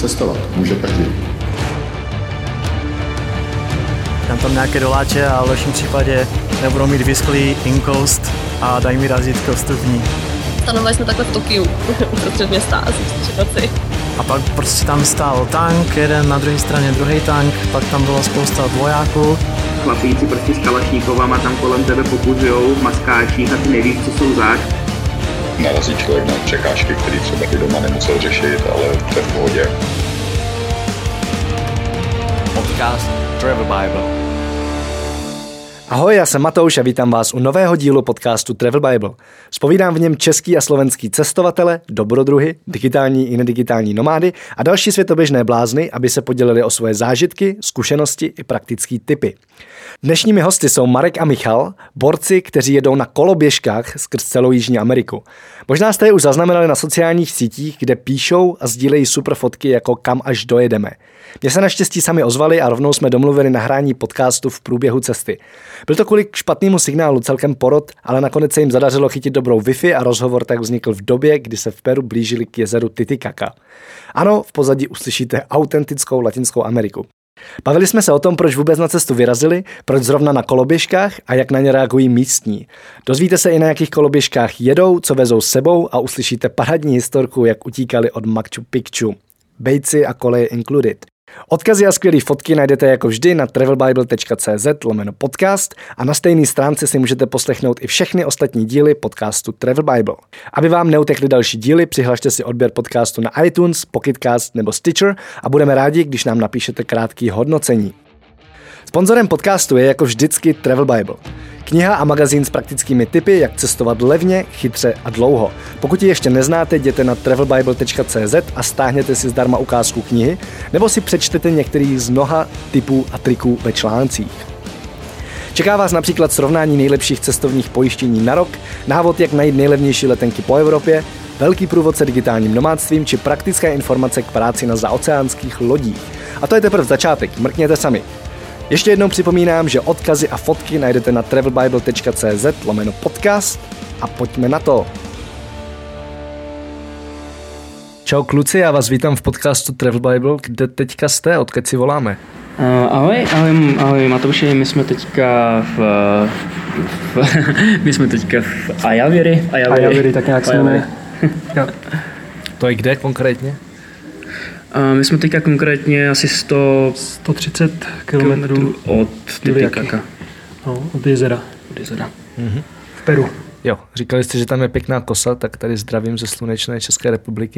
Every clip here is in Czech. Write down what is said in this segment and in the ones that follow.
cestovat může každý. Dám tam nějaké doláče a v lepším případě nebudou mít vysklý inkoust a dají mi razítko vstupní. Stanovali jsme takhle v Tokiu, uprostřed města, asi v noci. A pak prostě tam stál tank, jeden na druhé straně druhý tank, pak tam bylo spousta vojáků. Chlapíci prostě s kalašníkovama tam kolem tebe pokuzujou v maskáčích a ty nevíš, co jsou zač. Narazí člověk na překážky, které třeba i doma nemusel řešit, ale to je v pohodě. Podcast Travel Bible. Ahoj, já jsem Matouš a vítám vás u nového dílu podcastu Travel Bible. Zpovídám v něm český a slovenský cestovatele, dobrodruhy, digitální i nedigitální nomády a další světoběžné blázny, aby se podělili o svoje zážitky, zkušenosti i praktické tipy. Dnešními hosty jsou Marek a Michal, borci, kteří jedou na koloběžkách skrz celou Jižní Ameriku. Možná jste je už zaznamenali na sociálních sítích, kde píšou a sdílejí super fotky jako kam až dojedeme. Mě se naštěstí sami ozvali a rovnou jsme domluvili nahrání podcastu v průběhu cesty. Byl to kvůli špatnému signálu celkem porod, ale nakonec se jim zadařilo chytit dobrou Wi-Fi a rozhovor tak vznikl v době, kdy se v Peru blížili k jezeru Titicaca. Ano, v pozadí uslyšíte autentickou Latinskou Ameriku. Bavili jsme se o tom, proč vůbec na cestu vyrazili, proč zrovna na koloběžkách a jak na ně reagují místní. Dozvíte se i na jakých koloběžkách jedou, co vezou s sebou a uslyšíte parádní historku, jak utíkali od Machu Picchu. Bejci a koleje included. Odkazy a skvělé fotky najdete jako vždy na travelbible.cz/podcast a na stejné stránce si můžete poslechnout i všechny ostatní díly podcastu Travel Bible. Aby vám neutekly další díly, přihlašte si odběr podcastu na iTunes, Pocketcast nebo Stitcher a budeme rádi, když nám napíšete krátké hodnocení. Sponzorem podcastu je jako vždycky Travel Bible. Kniha a magazín s praktickými tipy, jak cestovat levně, chytře a dlouho. Pokud ji ještě neznáte, jděte na travelbible.cz a stáhněte si zdarma ukázku knihy, nebo si přečtete některý z mnoha tipů a triků ve článcích. Čeká vás například srovnání nejlepších cestovních pojištění na rok, návod, jak najít nejlevnější letenky po Evropě, velký průvodce digitálním nomádstvím či praktické informace k práci na zaoceánských lodích. A to je teprve začátek, mrkněte sami. Ještě jednou připomínám, že odkazy a fotky najdete na travelbible.cz/podcast a pojďme na to. Čau kluci, já vás vítám v podcastu Travel Bible. Kde teďka jste? Odkud si voláme? Ahoj Matouši, my jsme teďka v Ayaviry, tak nějak se jmenuje. To je kde konkrétně? My jsme teďka konkrétně asi 130 kilometrů od Titicaca. No, od jezera. V Peru. Jo, říkali jste, že tam je pěkná kosa, tak tady zdravím ze slunečné České republiky.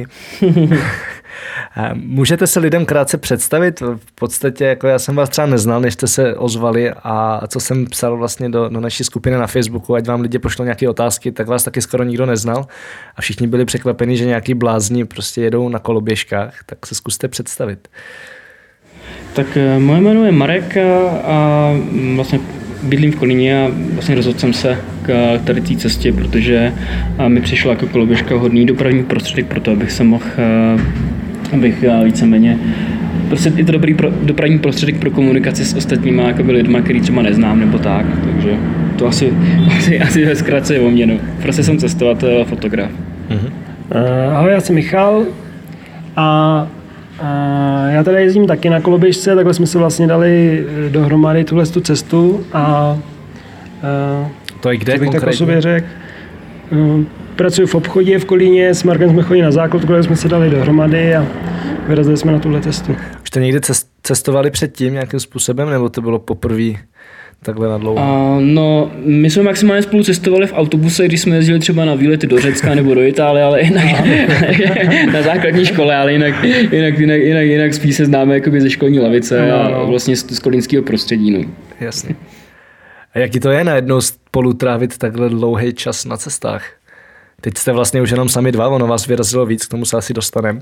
Můžete se lidem krátce představit? V podstatě, jako já jsem vás třeba neznal, než jste se ozvali a co jsem psal vlastně do naší skupiny na Facebooku, ať vám lidi pošlou nějaké otázky, tak vás taky skoro nikdo neznal a všichni byli překvapeni, že nějaký blázni prostě jedou na koloběžkách, tak se zkuste představit. Tak moje jméno je Marek a vlastně bydlím v Kolíně a vlastně rozhodl jsem se k tady té cestě, protože mi přišla jako koloběžka hodný dopravní prostředek pro to, abych víceméně prostě je to dobrý dopravní prostředek pro komunikaci s ostatníma jakoby lidma, který třeba neznám nebo tak, takže to asi ve zkratce je o mě, no. Prostě jsem cestovatel a fotograf. Ahoj, já jsem Michal a já tady jezdím taky na koloběžce, takhle jsme si vlastně dali dohromady tu cestu a to je kde konkrétně? Tak o sobě řekl. Pracuji v obchodě v Kolíně, s Markem jsme chodili na základ, kde jsme se dali dohromady a vyrazili jsme na tuhle cestu. Už jste někdy cestovali předtím nějakým způsobem, nebo to bylo poprvé takhle na dlouho? No, my jsme maximálně spolu cestovali v autobuse, když jsme jezdili třeba na výlety do Řecka nebo do Itálie, ale jinak na základní škole, ale jinak spíš se známe jakoby ze školní lavice a vlastně z kolínského prostředí. No. Jasně. A jaký to je najednou spolu trávit takhle dlouhý čas na cestách? Teď jste vlastně už jenom sami dva, ono vás vyrazilo víc, k tomu se asi dostaneme.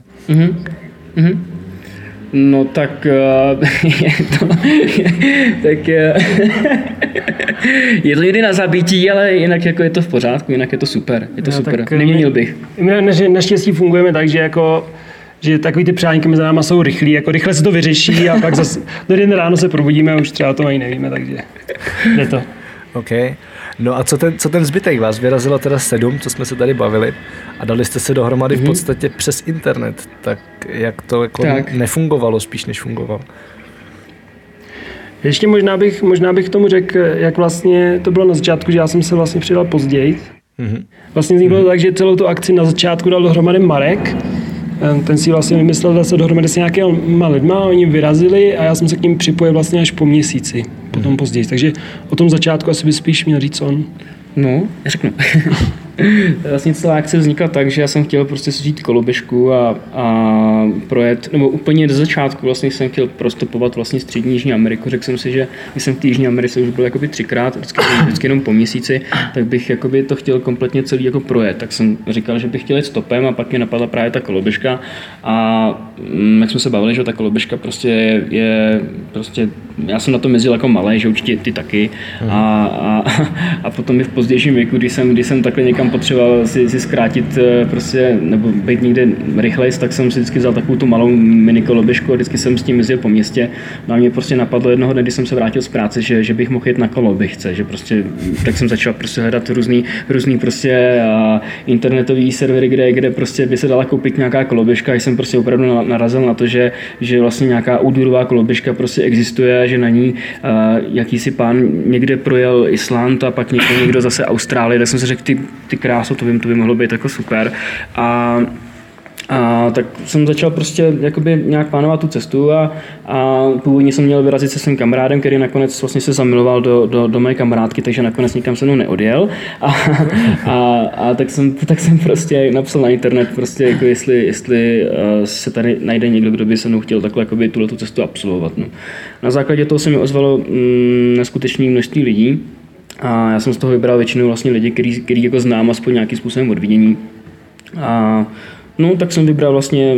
No tak je to někdy na zabítí, ale jinak jako je to v pořádku, jinak je to super, super, neměnil bych. My naštěstí fungujeme tak, že že takový ty přáníky mezi náma jsou rychlí, jako rychle se to vyřeší a pak zase do den ráno se probudíme a už třeba to ani nevíme, takže jde to. OK. No a co ten zbytek? Vás vyrazilo teda 7, co jsme se tady bavili a dali jste se dohromady v podstatě přes internet. Tak jak to jako nefungovalo, spíš než fungovalo? Ještě možná bych tomu řekl, jak vlastně to bylo na začátku, že já jsem se vlastně přidal později. Vlastně vzniklo tak, že celou tu akci na začátku dal dohromady Marek. Ten si vlastně vymyslel dát se dohromady s nějakýma lidma, oni vyrazili a já jsem se k ním připojil vlastně až po měsíci, potom později. Takže o tom začátku asi by spíš měl říct on. No, já řeknu. Vlastně celá akce vznikla tak, že já jsem chtěl prostě říct koloběžku a projet, nebo úplně do začátku vlastně jsem chtěl prostopovat vlastně střední Jižní Ameriku. Řekl jsem si, že když jsem v té Jižní Americe už byl jakoby 3krát, vždycky jenom po měsíci, tak bych jakoby to chtěl kompletně celý jako projet. Tak jsem říkal, že bych chtěl jít stopem a pak mě napadla právě ta koloběžka a jak jsme se bavili, že ta koloběžka prostě je prostě, já jsem na tom jezdil jako malý, že určitě ty taky a potom i v pozdějším věku, když jsem takhle někam potřeboval si zkrátit prostě, nebo být někde rychlejc, tak jsem si vždycky vzal takovou tu malou mini koloběžku a vždycky jsem s tím jezdil po městě. No a mě prostě napadlo jednoho dne, když jsem se vrátil z práce, že bych mohl jet na koloběžce, že prostě, tak jsem začal prostě hledat různý prostě internetový servery, kde prostě by se dala koupit nějaká koloběžka a jsem prostě opravdu narazil na to, že vlastně nějaká outdoorová koloběžka prostě existuje, že na ní jakýsi pán někde projel Island a pak někdo zase Austrálii, tak jsem si řekl, ty kráso, to by mohlo být jako super. A tak jsem začal prostě jakoby nějak plánovat tu cestu a původně jsem měl vyrazit se svým kamarádem, který nakonec vlastně se zamiloval do mé kamarádky, takže nakonec nikam se mnou neodjel. Tak jsem prostě napsal na internet prostě jako jestli se tady najde někdo, kdo by se mnou chtěl takhle jakoby tuhletu cestu absolvovat. No. Na základě toho se mi ozvalo neskutečné množství lidí. A já jsem z toho vybral většinou vlastně lidi, který jako znám aspoň nějakým způsobem od vidění. No, tak jsem vybral vlastně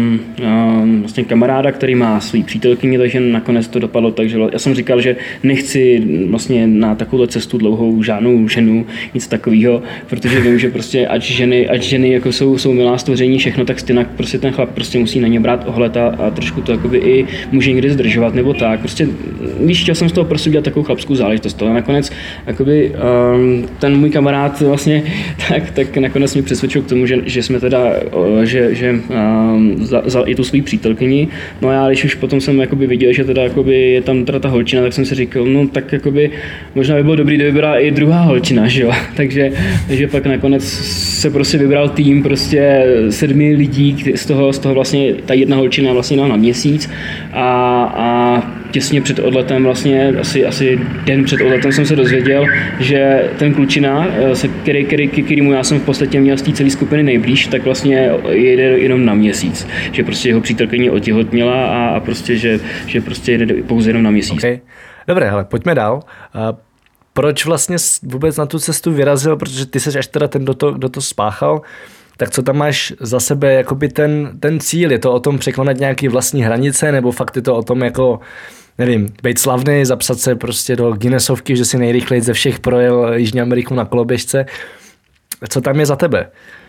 kamaráda, který má svou přítelkyni, takže nakonec to dopadlo tak, že já jsem říkal, že nechci vlastně na takovou cestu dlouhou žádnou ženu, nic takového, protože vím, že prostě ať ženy jako jsou milá stvoření, všechno, tak stejnak prostě ten chlap prostě musí na ně brát ohled a trošku to jakoby i může někdy zdržovat nebo tak. Prostě víš, chtěl jsem z toho prostě udělat takovou chlapskou záležitost, ale nakonec jakoby, ten můj kamarád vlastně tak nakonec mě přesvědčil k tomu, že jsme teda že vzal i tu svou přítelkyni. No a já, když už potom jsem jakoby viděl, že teda jakoby je tam teda ta holčina, tak jsem si říkal, no tak jakoby možná by bylo dobrý, kdyby byla i druhá holčina, že jo. Takže pak nakonec se prostě vybral tým prostě 7 lidí, z toho vlastně ta jedna holčina vlastně na měsíc a těsně před odletem vlastně, asi den před odletem jsem se dozvěděl, že ten klučina, kterýmu já jsem v podstatě měl z té celé skupiny nejblíž, tak vlastně jede jenom na měsíc. Že prostě jeho přítelkyně otěhotněla a prostě, že prostě jede pouze jenom na měsíc. Okay. Dobré, hele, pojďme dál. Proč vlastně vůbec na tu cestu vyrazil? Protože ty seš až teda ten, kdo to spáchal. Tak co tam máš za sebe, jakoby ten cíl? Je to o tom překonat nějaké vlastní hranice, nebo fakt je to o tom jako, nevím, být slavný, zapsat se prostě do Guinnessovky, že si nejrychleji ze všech projel Jižní Ameriku na koloběžce? Co tam je za tebe?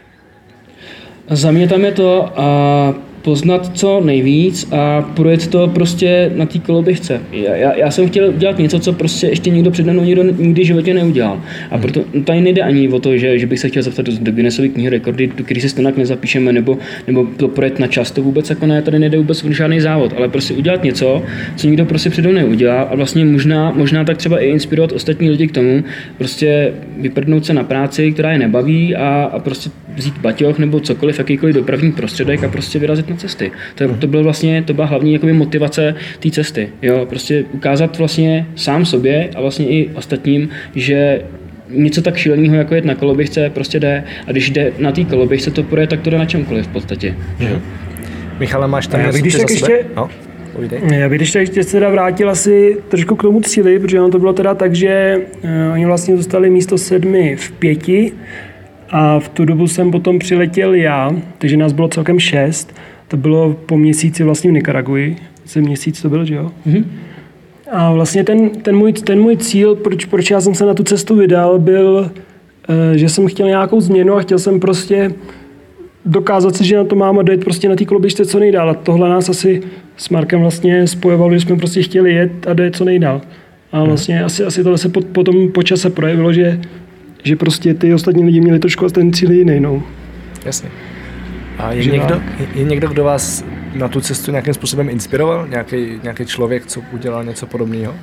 Za mě tam je to poznat co nejvíc a projet to prostě na té koloběžce. Já jsem chtěl dělat něco, co prostě ještě nikdo přede mnou nikdy v životě neudělal. A proto tady nejde ani o to, že bych se chtěl zapsat do Guinnessovy knihy rekordy, do který si stejnak nezapíšeme, nebo to projet na čas, to vůbec jako ne, tady nejde vůbec o žádný závod, ale prostě udělat něco, co nikdo prostě přede mnou neudělal a vlastně možná tak třeba i inspirovat ostatní lidi k tomu, prostě vyprdnout se na práci, která je nebaví a prostě vzít baťoch nebo cokoliv, jakýkoliv dopravní prostředek a prostě vyrazit na cesty. To byla hlavní jakoby motivace té cesty. Jo? Prostě ukázat vlastně sám sobě a vlastně i ostatním, že něco tak šíleného, jako jet na koloběžce, prostě jde. A když jde na té koloběžce to projde, tak to jde na čemkoliv v podstatě. Michale, máš tam něco za sebe? No? Já bych ještě se vrátil asi trošku k tomu cíli, protože ono to bylo teda tak, že oni vlastně dostali místo 7 v 5 a v tu dobu jsem potom přiletěl já, takže nás bylo celkem 6. To bylo po měsíci vlastně v Nikaraguji. Měsíc to byl, že jo? Mm-hmm. A vlastně ten můj cíl, proč já jsem se na tu cestu vydal, byl, že jsem chtěl nějakou změnu a chtěl jsem prostě dokázat si, že na to mám a dojet prostě na té koloběžce co nejdál. A tohle nás asi s Markem vlastně spojovalo, že jsme prostě chtěli jet a dojet co nejdál. A vlastně asi tohle se potom po čase projevilo, že prostě ty ostatní lidi měli trošku ten cíl jiný, no. Jasně. A je někdo, kdo vás na tu cestu nějakým způsobem inspiroval? Nějaký člověk, co udělal něco podobného?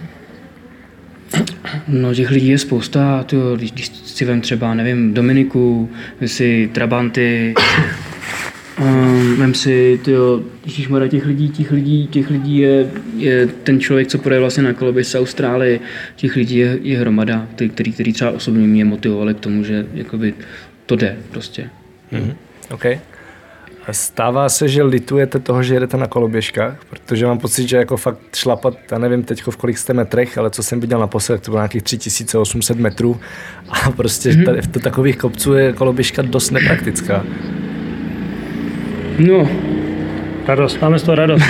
No, těch lidí je spousta, když si vem třeba, nevím, Dominiku, vem si Trabanty, vem si, ježišmarja, těch lidí je ten člověk, co projel vlastně na koloběžce z Austrálie, těch lidí je hromada, který třeba osobně mě motivovali k tomu, že jakoby to jde prostě. OK. Stává se, že litujete toho, že jedete na koloběžkách, protože mám pocit, že jako fakt šlapat, já nevím teď v kolik jste metrech, ale co jsem viděl naposled, to bylo nějakých 3800 metrů a prostě tady v takových kopců je koloběžka dost nepraktická. No. Radost, máme z toho radost.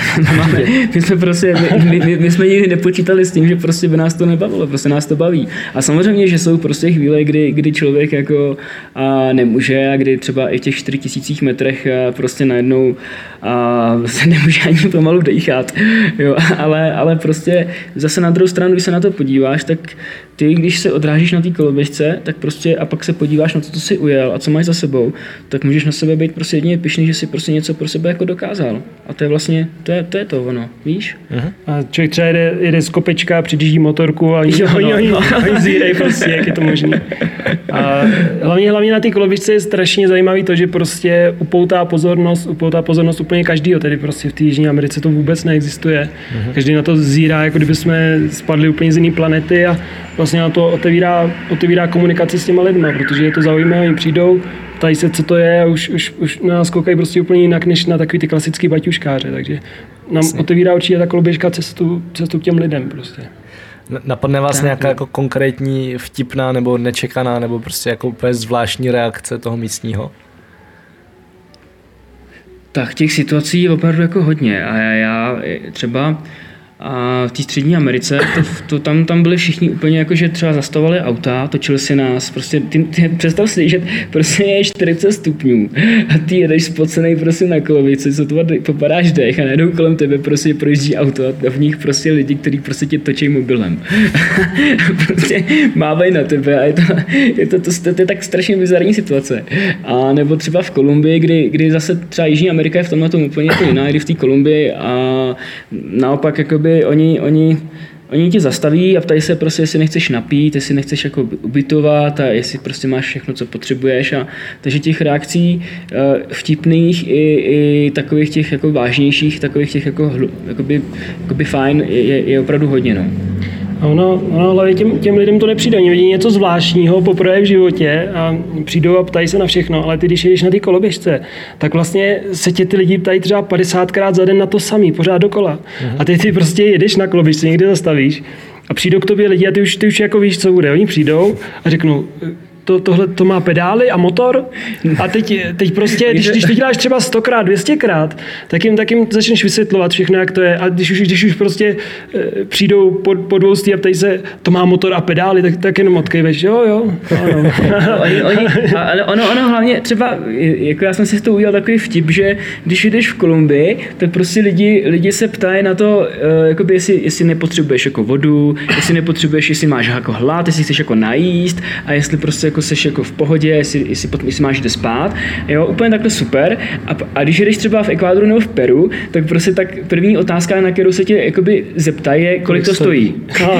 My jsme nikdy nepočítali s tím, že prostě by nás to nebavilo, prostě nás to baví. A samozřejmě, že jsou prostě chvíle, kdy člověk jako nemůže a kdy třeba i v těch 4000 metrech prostě najednou se nemůže ani pomalu dýchat. Jo, ale prostě zase na druhou stranu, když se na to podíváš, tak ty, když se odrážíš na té koloběžce, tak prostě a pak se podíváš na to, co jsi ujel a co máš za sebou, tak můžeš na sebe být prostě jedině pyšný, že jsi prostě něco pro sebe jako dokázal. A to je vlastně, to je to ono, víš? A člověk třeba jede z kopečka, přidíží motorku a oni zírej prostě, jak je to možné. A hlavně na té koloběžce je strašně zajímavý to, že prostě upoutá pozornost úplně každýho, tedy prostě v té Jižní Americe to vůbec neexistuje. Každý na to zírá, jako kdyby jsme spadli úplně z jiné planety a vlastně na to otevírá komunikaci s těma lidma, protože je to zajímavé, oni přijdou, ptají se, co to je a už na nás koukají prostě úplně jinak, než na takový ty klasický baťuškáře, takže nám otevírá určitě ta koloběžka cestu k těm lidem prostě. Napadne vás nějaká jako konkrétní vtipná nebo nečekaná nebo prostě jako úplně zvláštní reakce toho místního? Tak těch situací je opravdu jako hodně a já třeba a v té Střední Americe, tam byli všichni úplně jako, že třeba zastavovali auta, točili si nás, prostě představ si, že prostě je 40 stupňů a ty jedeš spocenej prostě na koloběžce, co to popadáš dech a najednou kolem tebe prostě projíždí auto a v nich prostě lidi, kteří prostě tě točí mobilem. Prostě mávají na tebe a to je tak strašně bizarní situace. A nebo třeba v Kolumbii, kdy zase třeba Jižní Amerika je v tomhle tomu úplně jako jiná, kdy v té Kolumbii a naopak jakoby oni tě zastaví a ptají se prostě, jestli nechceš napít, jestli nechceš jako ubytovat a jestli prostě máš všechno, co potřebuješ. Takže těch reakcí vtipných i takových těch jako vážnějších, takových těch jakoby fajn je opravdu hodně. No. A ono hlavně těm lidem to nepřijde. Oni vidí něco zvláštního poprvé v životě a přijdou a ptají se na všechno, ale ty, když jedeš na té koloběžce, tak vlastně se tě ty lidi ptají třeba 50krát za den na to samý, pořád dokola. A ty prostě jedeš na koloběžce, někde zastavíš a přijdou k tobě lidi a ty už jako víš, co bude. Oni přijdou a řeknou, tohle to má pedály a motor a teď prostě, když to děláš třeba 100krát, 200krát, tak jim začneš vysvětlovat všechno, jak to je a když už prostě přijdou po dvoustý a ptají se, to má motor a pedály, tak jenom odkejveš, jo. Ale ono hlavně třeba, jako já jsem si to udělal takový vtip, že když jdeš v Kolumbii, tak prostě lidi se ptají na to, jakoby jestli nepotřebuješ jako vodu, jestli máš jako hlad, jestli chceš jako najíst a jestli prostě jako seš jako v pohodě, jestli máš jít spát, jo, úplně takhle super. A když jdeš třeba v Ekvádoru nebo v Peru, tak prostě tak první otázka, na kterou se tě jakoby zeptají, je, kolik to stojí.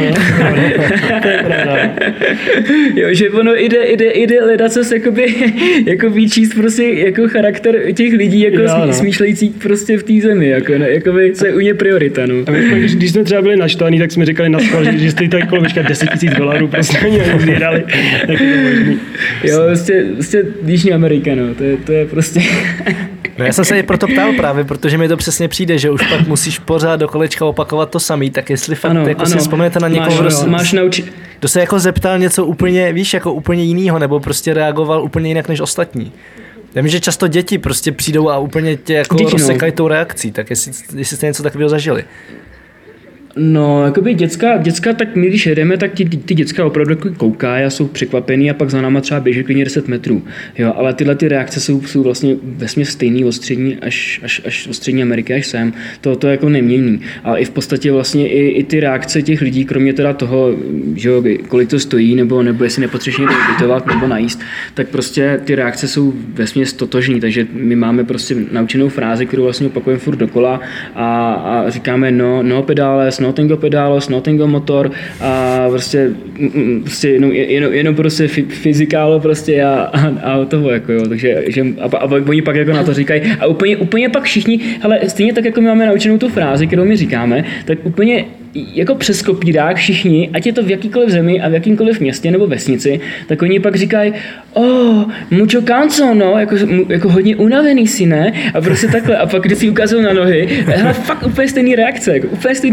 Jo, že ono jde hledat se jako výčíst prostě jako charakter těch lidí jako smýšlejících prostě v té zemi, jakoby co je u ně priorita, no. A my, když jsme třeba byli naštvaní, tak jsme říkali na schvál, že stojí tady koloběžka $10,000, prostě oni zvědali, tak je to možný. Jo, prostě Jižní Amerika, no, to je prostě... No já jsem se i proto ptal právě, protože mi to přesně přijde, že už pak musíš pořád do kolečka opakovat to samý, tak jestli fakt si vzpomenete na někoho, kdo se jako zeptal něco úplně, víš, jako úplně jinýho, nebo prostě reagoval úplně jinak než ostatní. Já vím, že často děti prostě přijdou a úplně tě jako rozsekají tou reakcí, tak jestli jste něco takového zažili. No, jakoby děcka, tak my když jedeme, tak ty děcka opravdu koukají a jsou překvapený a pak za náma třeba běží klidně 10 metrů. Jo, ale tyhle ty reakce jsou vlastně vesměs stejný od střední až od střední Ameriky až sem. To jako nemění. Ale i v podstatě vlastně i ty reakce těch lidí, kromě teda toho, že kolik to stojí, nebo jestli nepotřebuješ někde ubytovat nebo najíst, tak prostě ty reakce jsou vesměs totožní. Takže my máme prostě naučenou frázi, kterou vlastně opakujeme furt dokola a říkáme no pedáles, no tengo pedálos, no tengo motor a prostě jenom prostě fyzikálo prostě a toho jako jo, takže a oni pak jako na to říkají a úplně pak všichni, hele, stejně tak jako my máme naučenou tu frázi, kterou my říkáme, tak úplně jako přes kopírák všichni, ať je to v jakýkoliv zemi a v jakýmkoliv městě nebo vesnici, tak oni pak říkají mucho canso, no, jako hodně unavený si, ne? A prostě takhle. A pak, když si ukazují na nohy, hele, fakt úplně stejný reakce.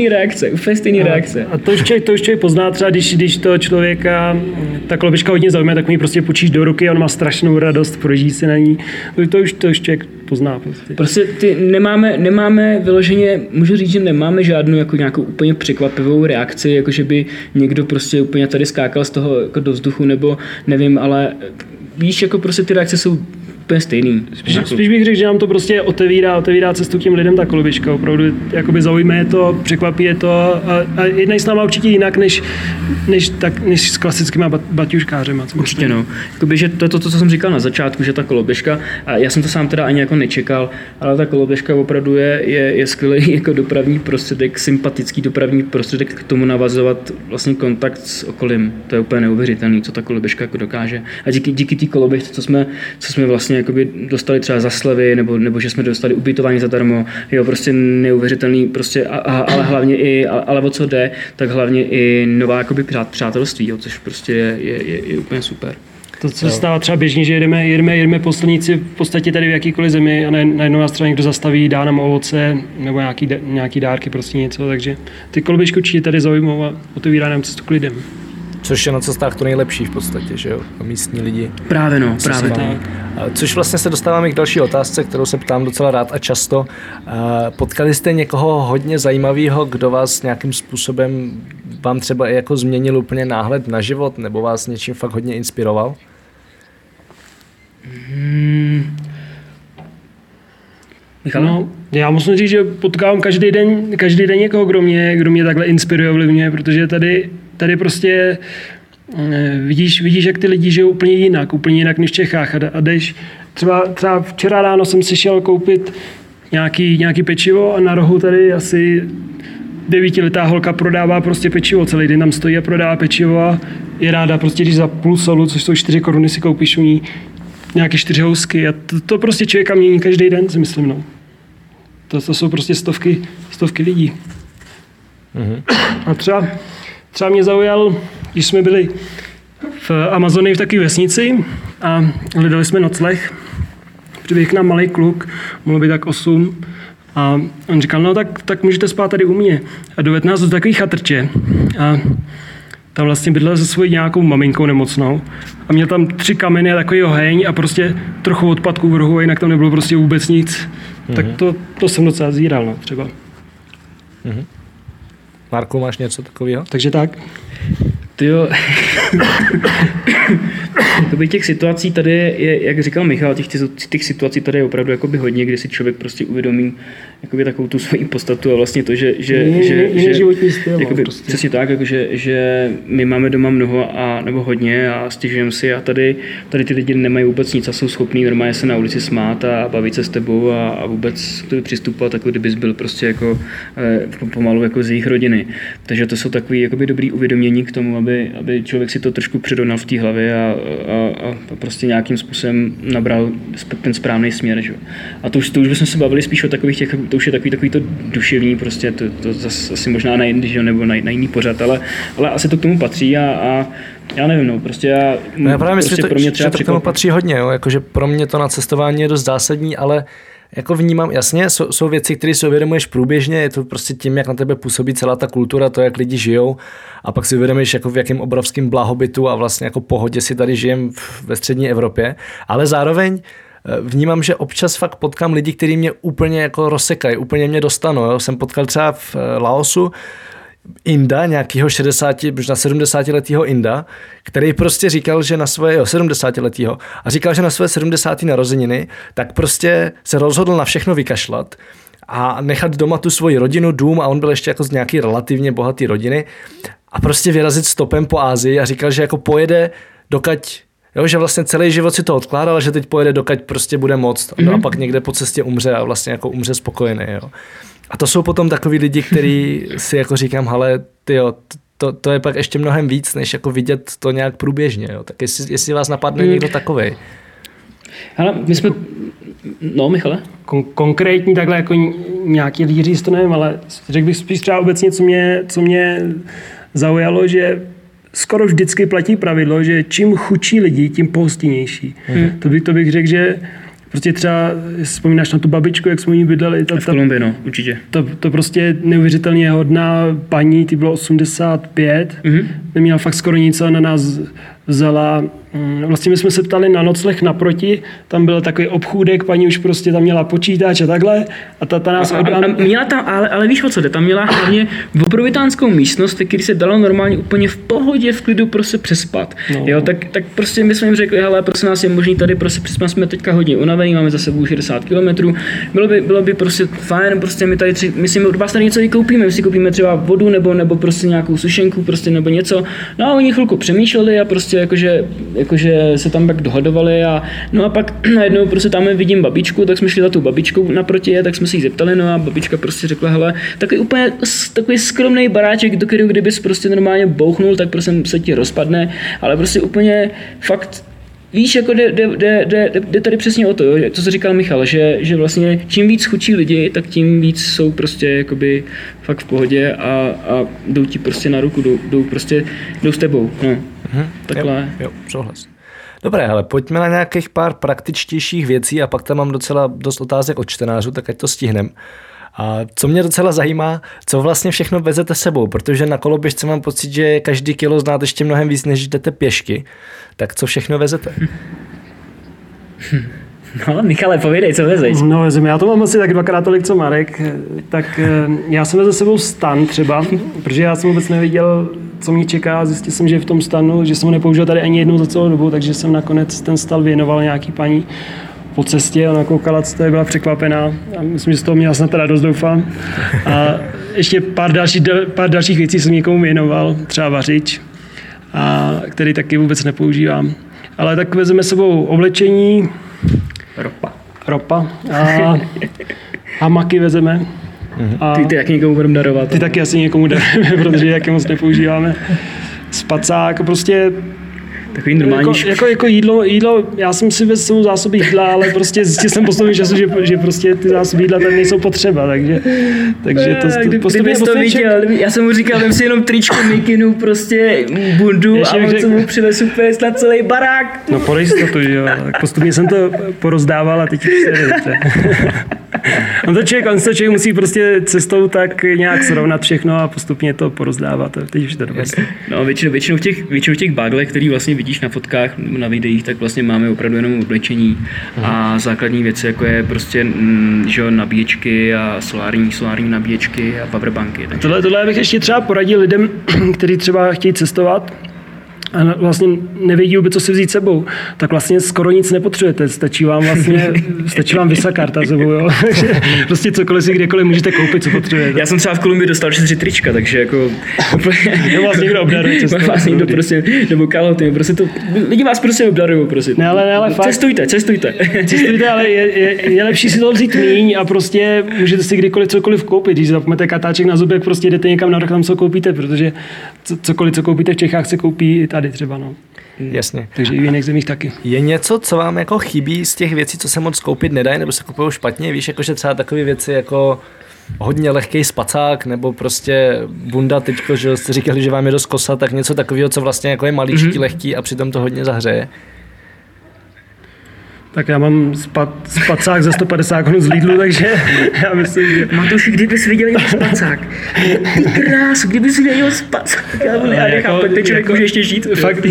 A to už člověk pozná třeba, když to člověka ta koloběžka hodně zaujme, tak mu ji prostě půjčíš do ruky a on má strašnou radost, projíždí si na ní. To už člověk pozná. Prostě nemáme vyloženě, můžu říct, že nemáme žádnou jako nějakou úplně překvapivou reakci, jako že by někdo prostě úplně tady skákal z toho jako do vzduchu, nebo nevím, ale víš, jako prostě ty reakce jsou úplně stejný. Spíš bych řekl, že nám to prostě otevírá cestu těm lidem ta koloběžka. Opravdu jakoby zaujme je to, překvapí je to a jednají s náma určitě jinak, než s klasickýma baťuškářema. Určitě no. Jakoby, že to je to, co jsem říkal na začátku, že ta koloběžka, a já jsem to sám teda ani jako nečekal, ale ta koloběžka opravdu je skvělý jako dopravní prostředek, sympatický dopravní prostředek k tomu navazovat vlastně kontakt s okolím. To je úplně neuvěřitelný, co ta koloběžka jako dokáže. A díky té koloběžce, co jsme vlastně jakoby dostali třeba za slevy, nebo že jsme dostali ubytování zadarmo, jo, prostě neuvěřitelný, prostě, ale hlavně ale o co jde, tak hlavně i nová jakoby přátelství, jo, což prostě je úplně super. To, co se stává třeba běžně, že jedeme po silnici v podstatě tady v jakýkoliv zemi a najednou nás třeba někdo zastaví, dá nám ovoce nebo nějaký dárky, prostě něco, takže ty koloběžky určitě tady zaujmou a otevírá nám cestu k lidem. Což je na cestách to nejlepší v podstatě, že jo? Místní lidi. Právě tak. Což vlastně se dostáváme k další otázce, kterou se ptám docela rád a často. Potkali jste někoho hodně zajímavého, kdo vás nějakým způsobem vám třeba jako změnil úplně náhled na život, nebo vás něčím fakt hodně inspiroval? No, já musím říct, že potkávám každý den někoho, kdo mě takhle inspiruje, ovlivňuje, protože tady prostě vidíš, jak ty lidi žijou úplně jinak než v Čechách a jdeš, třeba včera ráno jsem si šel koupit nějaký pečivo a na rohu tady asi 9letá holka prodává prostě pečivo, celý den tam stojí a prodává pečivo a je ráda prostě, když za půl solu, což jsou 4 koruny, si koupíš u ní nějaké 4 housky a to prostě člověka mění každý den, si myslím, no. To jsou prostě stovky lidí. Mm-hmm. A třeba mě zaujal, když jsme byli v Amazonii v takové vesnici a hledali jsme nocleh. Přiběh k nám malý kluk, mohlo být tak 8. A on říkal, no tak můžete spát tady u mě. A dovedl nás do takový chatrče. A tam vlastně bydlel se svojí nějakou maminkou nemocnou. A měl tam 3 kameny a takový oheň a prostě trochu odpadků v rohu, a jinak tam nebylo prostě vůbec nic. Mm-hmm. Tak to jsem docela zíral, no, třeba. Mm-hmm. Marku, máš něco takového? Takže tak. Tyjo, těch situací tady je, jak říkal Michal, těch situací tady je opravdu jakoby hodně, kdy si člověk prostě uvědomí jakoby takovou tu svoji podstatu a vlastně to, že životní styl, jakoby, prostě. Přesně tak, jakože, že my máme doma mnoho nebo hodně a stěžujeme si a tady ty lidi nemají vůbec nic a jsou schopní normálně se na ulici smát a bavit se s tebou a vůbec k tobě přistupovat, jako kdybys byl prostě jako pomalu jako z jejich rodiny. Takže to jsou takový jakoby dobrý uvědomění k tomu, aby člověk si to trošku předonal v té hlavě a prostě nějakým způsobem nabral ten správný směr. Že? A to už bychom se bavili spíš o takových těch, to už je takový to duševní, prostě to zase asi možná na jindy, že? Nebo na jiný pořad, ale asi to k tomu patří a já nevím, no, prostě já právě myslím, že to k tomu patří hodně, jo? Jakože pro mě to na cestování je dost zásadní, ale jako vnímám, jasně, jsou věci, které si uvědomuješ průběžně, je to prostě tím, jak na tebe působí celá ta kultura, to, jak lidi žijou a pak si uvědomíš, jako v jakém obrovském blahobytu a vlastně jako pohodě si tady žijem ve střední Evropě, ale zároveň vnímám, že občas fakt potkám lidi, kteří mě úplně jako rozsekají, úplně mě dostanou. Jo? Jsem potkal třeba v Laosu Inda, nějakého 60, možná 70letého Inda, který prostě říkal, že na svoje 70letého a říkal, že na své 70. narozeniny, tak prostě se rozhodl na všechno vykašlat a nechat doma tu svoji rodinu, dům a on byl ještě jako z nějaký relativně bohatý rodiny a prostě vyrazit stopem po Asii a říkal, že jako pojede dokať, jo, že vlastně celý život si to odkládal, že teď pojede dokať prostě bude moct no a pak někde po cestě umře a vlastně jako umře spokojený, jo. A to jsou potom takový lidi, který si jako říkám, hele, tyjo, to je pak ještě mnohem víc, než jako vidět to nějak průběžně, jo. Tak jestli vás napadne někdo takovej. Hele, my jsme... No, Michale? Konkrétní takhle jako nějaký lidi říct, to nevím, ale řekl bych spíš třeba obecně, co mě zaujalo, že skoro vždycky platí pravidlo, že čím chudší lidi, tím pohostinnější. To bych řekl, že prostě třeba vzpomínáš na tu babičku, jak jsme jí bydleli. V Kolumbii, no, určitě. To prostě neuvěřitelně hodná paní, ty bylo 85, neměla fakt skoro nic, a na nás vzala. Vlastně my jsme se ptali na nocleh naproti, tam byl takový obchůdek, paní už prostě tam měla počítač a takhle. A ta nás... A měla tam, ale víš o co jde, tam měla hlavně obrovitánskou místnost, který se dalo normálně úplně v pohodě, v klidu prostě přespat. No. Jo, tak prostě my jsme jim řekli, hele, prosím nás, je možný tady prostě přespat, jsme teďka hodně unavení, máme za sebou 60 km, bylo by prostě fajn, prostě my si od vás tady něco vykoupíme, my si koupíme třeba vodu nebo prostě nějakou sušenku, prostě nebo něco. No a oni chvilku přemýšleli a prostě jakože se tam pak dohadovali a no a pak najednou prostě tam vidím babičku, tak jsme šli za tou babičkou naproti, tak jsme se jí zeptali, no a babička prostě řekla, hele, takový skromný baráček, do kterého kdybys prostě normálně bouchnul, tak prostě se ti rozpadne, ale prostě úplně fakt víš, jako jde tady přesně o to, jo, co říkal Michal, že vlastně čím víc chudší lidi, tak tím víc jsou prostě jakoby fakt v pohodě a jdou ti prostě na ruku, jdou s tebou, no. Takhle. Jo, souhlas. Dobré, ale pojďme na nějakých pár praktičtějších věcí a pak tam mám docela dost otázek od čtenářů, tak ať to stihnem. A co mě docela zajímá, co vlastně všechno vezete sebou, protože na koloběžce mám pocit, že každý kilo znáte ještě mnohem víc, než jdete pěšky. Tak co všechno vezete? No, Michale, povědej, co vezeš? No, vezem, já to mám asi tak dvakrát tolik, co Marek. Tak já jsem vezl sebou stan třeba, protože já jsem vůbec nevěděl, co mě čeká. Zjistil jsem, že v tom stanu, že jsem ho nepoužil tady ani jednou za celou dobu, takže jsem nakonec ten stan věnoval nějaký paní po cestě, ona koukala, co to je, byla překvapená a myslím, že z toho měla snad teda dost, doufám. A ještě pár dalších věcí jsem někomu věnoval, třeba vařič, a který taky vůbec nepoužívám. Ale tak vezeme sebou oblečení, ropa a hamaky vezeme. A ty taky někomu budeme darovat. Ty taky asi někomu darujeme, protože je taky moc nepoužíváme. Spacák, prostě takový normální jako jídlo, já jsem si vezl svou zásoby jídla, ale prostě zjistil jsem postupem času, že prostě ty zásoby jídla tady nejsou potřeba, takže to postupně viděl, já jsem mu říkal, vem si jenom tričku, mikinu, prostě bundu a on se mu přivez úplně na celý barák. No pro jistotu, že jo, tak postupně jsem to porozdával a teď už se vidíte. On to člověk musí prostě cestou tak nějak srovnat všechno a postupně to porozdávat. Teď už to dobré. No, většinou v těch baglech, který vlastně vidíš na fotkách, na videích, tak vlastně máme opravdu jenom oblečení a základní věci, jako je prostě že nabíječky a solární nabíječky a powerbanky. Tohle bych ještě třeba poradil lidem, kteří třeba chtějí cestovat a vlastně nevědí vůbec, co si vzít sebou, tak vlastně skoro nic nepotřebujete. Stačí vám vysakarta sebou, jo. Prostě cokoliv si kdekoliv můžete koupit, co potřebujete. Já jsem třeba v Kolumbii dostal 4 trička, takže jako... Jo, vás někdo obdaruje cestu. Vás někdo prostě, nebo kalhoty, prostě to... Lidi vás prostě obdarují, prostě. Ne, ale fakt. Cestujte, ale je lepší si to vzít míň a prostě můžete si kdykoliv cokoliv koupit. Když zapomněte katáček na zubek, prostě jdete někam na rok, tam co koupíte, protože cokoliv, co koupíte v Čechách, se koupí tady třeba, no. Jasně. Takže i v jiných zemích taky. Je něco, co vám jako chybí z těch věcí, co se moc koupit nedají, nebo se kupují špatně? Víš, jakože třeba takové věci jako hodně lehký spacák, nebo prostě bunda teďko, že jste říkali, že vám je dost kosa, tak něco takového, co vlastně jako je maličký, lehký a přitom to hodně zahřeje. Tak já mám spacák za 150 korun z Lidlu, takže já myslím, že... Matouši, kdybys viděl jeho spacák. Ty krás, kdybys viděl jeho spacák. Já nechápu, ten člověk může ještě žít.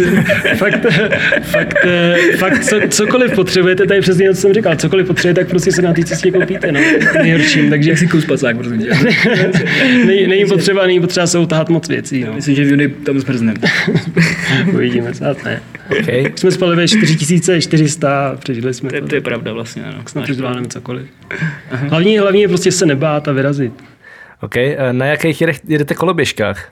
Fakt, cokoliv potřebujete, tady přesně co jsem říkal, cokoliv potřebujete, tak prostě se na té cestě koupíte, no, nejhorším, takže... Jak si kous spacák, prosím tě. Není potřeba se utahat moc věcí, no. Myslím, že v juni tam zmrznem. Uvidíme, snad ne. Okay. Jsme spali ve 4400 a přežili jsme to je pravda vlastně, ano. Snad už zvládneme cokoliv. Hlavně je prostě se nebát a vyrazit. OK, na jakých jedete koloběžkách?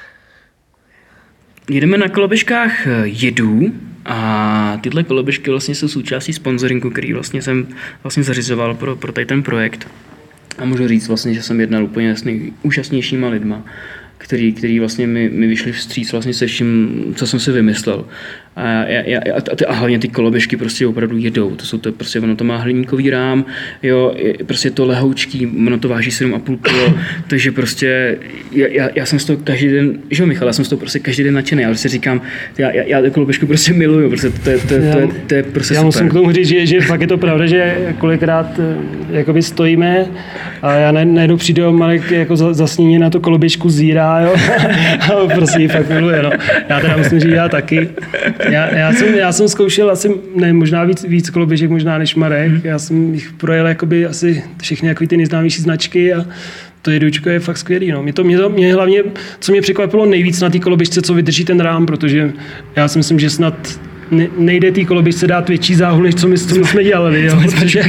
Jedeme na koloběžkách jedů a tyhle koloběžky vlastně jsou součástí sponzoringu, který vlastně jsem zařizoval pro tady ten projekt. A můžu říct vlastně, že jsem jednal úplně s nejúžasnějšíma lidma, který vlastně mi vyšli vstříc vlastně se vším, co jsem si vymyslel. A hlavně ty koloběžky prostě opravdu jedou. Prostě ono to má hliníkový rám, jo, prostě to lehoučký, ono to váží 7,5 kg, takže prostě já jsem z toho každý den, že jo Michal, já jsem z toho prostě každý den nadšený. Já prostě říkám, já tu koloběžku prostě miluju, prostě to je prostě já super. Musím k tomu říct, že fakt je to pravda, že kolikrát jakoby stojíme a já najednou přijde Marek jako zasnění na tu koloběžku zírá, jo, a prostě ji fakt miluje, no. Já teda musím říct, já taky. Já jsem zkoušel asi, ne, možná víc koloběžek možná než Marek. Já jsem jich projel jakoby asi všechny jako ty nejznámější značky a to jedoučko je fakt skvělý. No. Mě hlavně, co mě překvapilo nejvíc na té koloběžce, co vydrží ten rám, protože já si myslím, že snad nejde té koloběžce dát větší záhul, než co my jsme dělali. Jo? Protože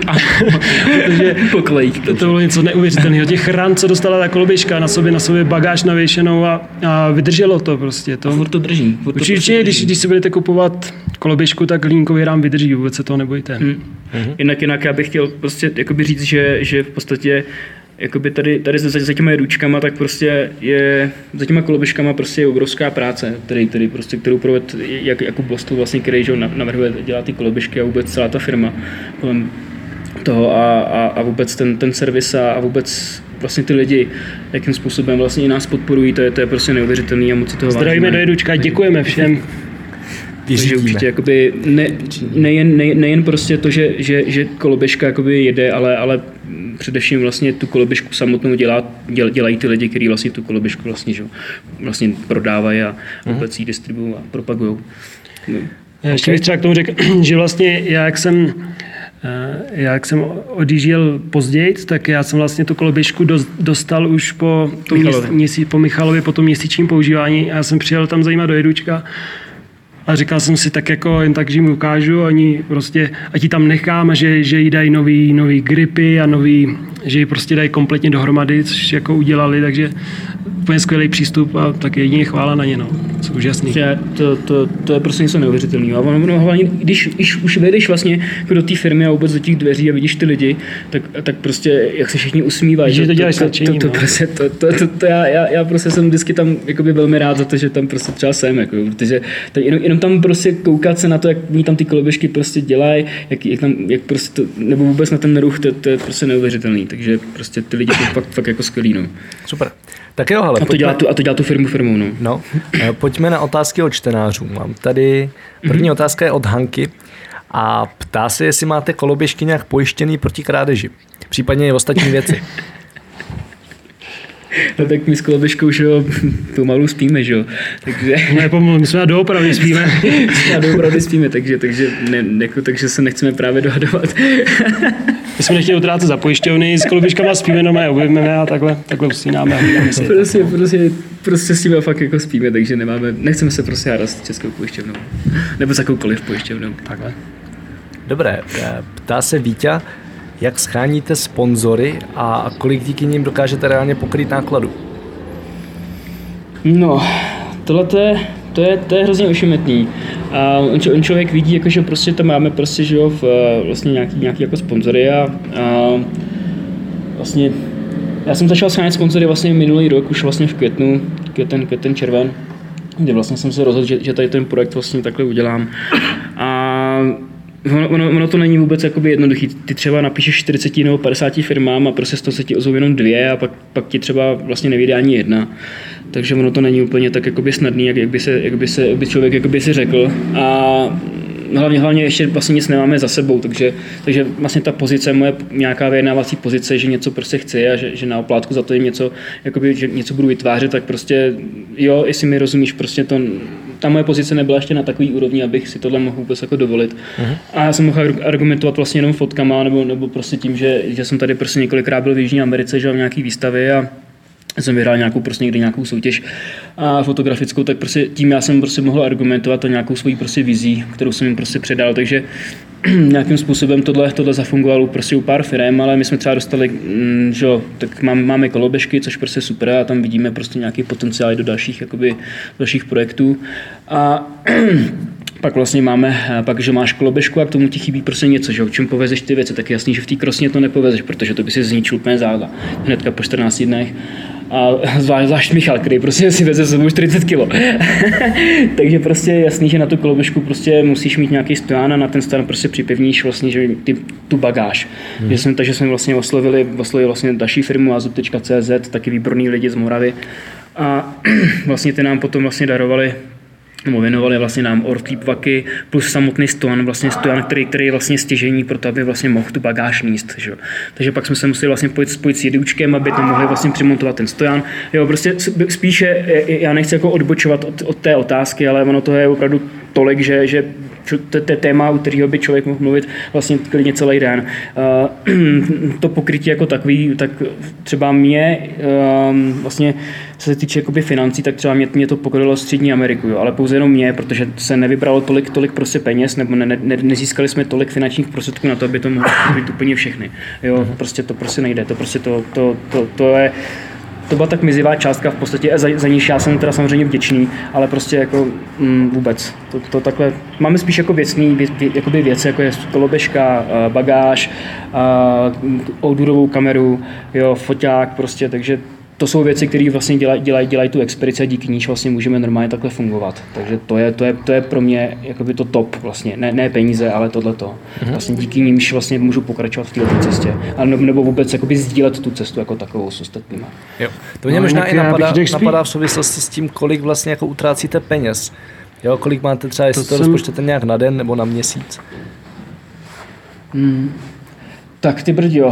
to bylo něco neuvěřitelného. Těch ran, co dostala ta koloběžka, na sobě bagáž navěšenou a vydrželo to prostě. A furt to drží. Určitě, když si budete kupovat koloběžku, tak hliníkový rám vydrží, vůbec se toho nebojte. Jinak já bych chtěl prostě říct, že v podstatě jakoby tady za těma jedůčkama, tak prostě je za těma koloběžkama prostě je obrovská práce, kterou provede Jakub Blostů vlastně, který navrhuje dělat ty koloběžky a vůbec celá ta firma kolem toho a vůbec ten servis a vůbec vlastně ty lidi, jakým způsobem vlastně i nás podporují, to je prostě neuvěřitelný a moc si toho vážíme. Zdravíme do jedůčka, děkujeme všem. Takže určitě jakoby nejen prostě to, že koloběžka jakoby jede, ale především vlastně tu koloběžku samotnou dělají ty lidi, kteří vlastně tu koloběžku vlastně prodávají a vůbec ji distribuují a propagují. Já ještě bych třeba k tomu řekl, že vlastně jak jsem odjížděl později, tak já jsem vlastně tu koloběžku dostal už po Michalovi, po tom měsíčním používání a já jsem přijel tam zajímat do jedůčka. A říkal jsem si tak jako jen tak, že mi ukážu, oni prostě, ať ji tam nechám a že jí dají nový gripy a že ji prostě dají kompletně dohromady, což jako udělali, takže úplně skvělý přístup a tak jedině chvála na ně, no. Jsou úžasný. To je prostě něco neuvěřitelného. A ono hlavně, když už vejdeš vlastně do té firmy a vůbec do těch dveří a vidíš ty lidi, tak prostě jak se všichni usmívají. Že to děláš nadšením, já prostě jsem vždycky tam jakoby velmi rád za to, že tam prostě třeba jsem, jako, protože jenom tam prostě koukat se na to, jak oni tam ty koloběžky prostě dělají, jak prostě to, nebo vůbec na ten ruch, to je prostě neuvěřitelný. Takže prostě ty lidi jsou fakt jako skvělý, no. Super. Tak jo, hele. A to dělá tu firmou, no. No, pojďme na otázky od čtenářů. Mám tady, první otázka je od Hanky a ptá se, jestli máte koloběžky nějak pojištěný proti krádeži. Případně i ostatní věci. No tak my s koloběžkou, že jo, pomalu spíme, že jo. Takže... Ne, my jsme doopravdy spíme. takže se nechceme právě dohadovat. My jsme nechtěli utrácet za pojišťovny, s koloběžkama spíme doma a objevíme a takhle usínáme. Prostě s tím fakt jako spíme, takže nechceme se prostě hádat s českou pojišťovnou. Nebo s jakoukoliv pojišťovnou. Takhle. Dobré, ptá se Víťa, jak scháníte sponzory a kolik díky nim dokážete reálně pokrýt nákladu? No, tohle to je hrozně ošemetný. A on člověk vidí, jako, že prostě tam máme prostě, že jo, vlastně nějaký jako sponzory a vlastně já jsem začal schánět sponzory vlastně minulý rok, už vlastně v květen, červen, kdy vlastně jsem se rozhodl, že tady ten projekt vlastně takhle udělám. A ono to není vůbec jakoby jednoduchý. Ty třeba napíšeš 40 nebo 50 firmám a prostě z toho se ti ozvou jenom 2 a pak ti třeba vlastně nevyjde ani 1. Takže ono to není úplně tak jakoby snadný, jak by člověk jakoby si řekl. A hlavně ještě vlastně nic nemáme za sebou, takže vlastně ta pozice, moje nějaká vyjednávací pozice, že něco prostě chci a že na oplátku za to jim něco, jakoby, že něco budu vytvářet, tak prostě jo, jestli mi rozumíš, prostě ta moje pozice nebyla ještě na takový úrovni, abych si tohle mohl vůbec jako dovolit. A já jsem mohl argumentovat vlastně jenom fotkama, nebo prostě tím, že jsem tady prostě několikrát byl v Jižní Americe, že v nějaký výstavě a jsem vyhrál nějakou prostě někdy nějakou soutěž a fotografickou, tak prostě tím já jsem prostě mohl argumentovat a nějakou svojí prostě vizí, kterou jsem jim prostě předal, takže nějakým způsobem tohle zafungovalo prostě u pár firem, ale my jsme třeba dostali, že jo, tak máme koloběžky, což prostě super a tam vidíme prostě nějaký potenciál do dalších projektů a pak vlastně že máš koloběžku a k tomu ti chybí prostě něco, že čím povezeš ty věci, tak je jasný, že v té krosně to nepovezeš, protože to by si zničil úplně záda hnedka po 14 dnech. A zvlášť Michal, který prostě si veze sebou 40 kg. Takže prostě je jasný, že na tu koloběžku prostě musíš mít nějaký stojan a na ten stojan prostě připevníš vlastně, že tu bagáž. Takže jsme vlastně oslovili vlastně další firmu azub.cz, taky výborný lidi z Moravy. A vlastně ty nám potom vlastně darovali nebo věnovali vlastně nám orflíp vaky plus samotný stojan, který je vlastně stěžení pro to, aby vlastně mohl tu bagáž níst. Že? Takže pak jsme se museli vlastně spojit s jedůčkem, aby tam mohli vlastně přimontovat ten stojan. Jo, prostě spíše, já nechci jako odbočovat od té otázky, ale ono to je opravdu tolik, že to je téma, u kterého by člověk mohl mluvit vlastně klidně celý den. To pokrytí jako takový, tak třeba mě vlastně se týče jakoby financí, tak třeba mě to pokrylo Střední Ameriku, jo, ale pouze jenom mě, protože se nevybralo tolik prostě peněz, nebo nezískali jsme tolik finančních prostředků na to, aby to mohlo pokryt úplně všechny. Jo, prostě to prostě nejde, to byla tak mizivá částka v podstatě, za níž já jsem teda samozřejmě vděčný, ale prostě jako vůbec. To takhle, máme spíš jako věci, jako je koloběžka, bagáž, outdoorovou kameru, jo, foťák prostě, takže to jsou věci, které vlastně dělají tu expedici a díky níž vlastně můžeme normálně takhle fungovat. Takže to je pro mě jakoby to top vlastně, ne peníze, ale tohleto. Vlastně díky nímž vlastně můžu pokračovat v této cestě. Nebo vůbec jakoby sdílet tu cestu jako takovou s ostatníma. Jo. To mě možná i napadá v souvislosti s tím, kolik vlastně jako utrácíte peněz. Jo, kolik máte třeba, jestli to rozpočtete nějak na den nebo na měsíc? Tak ty brďo,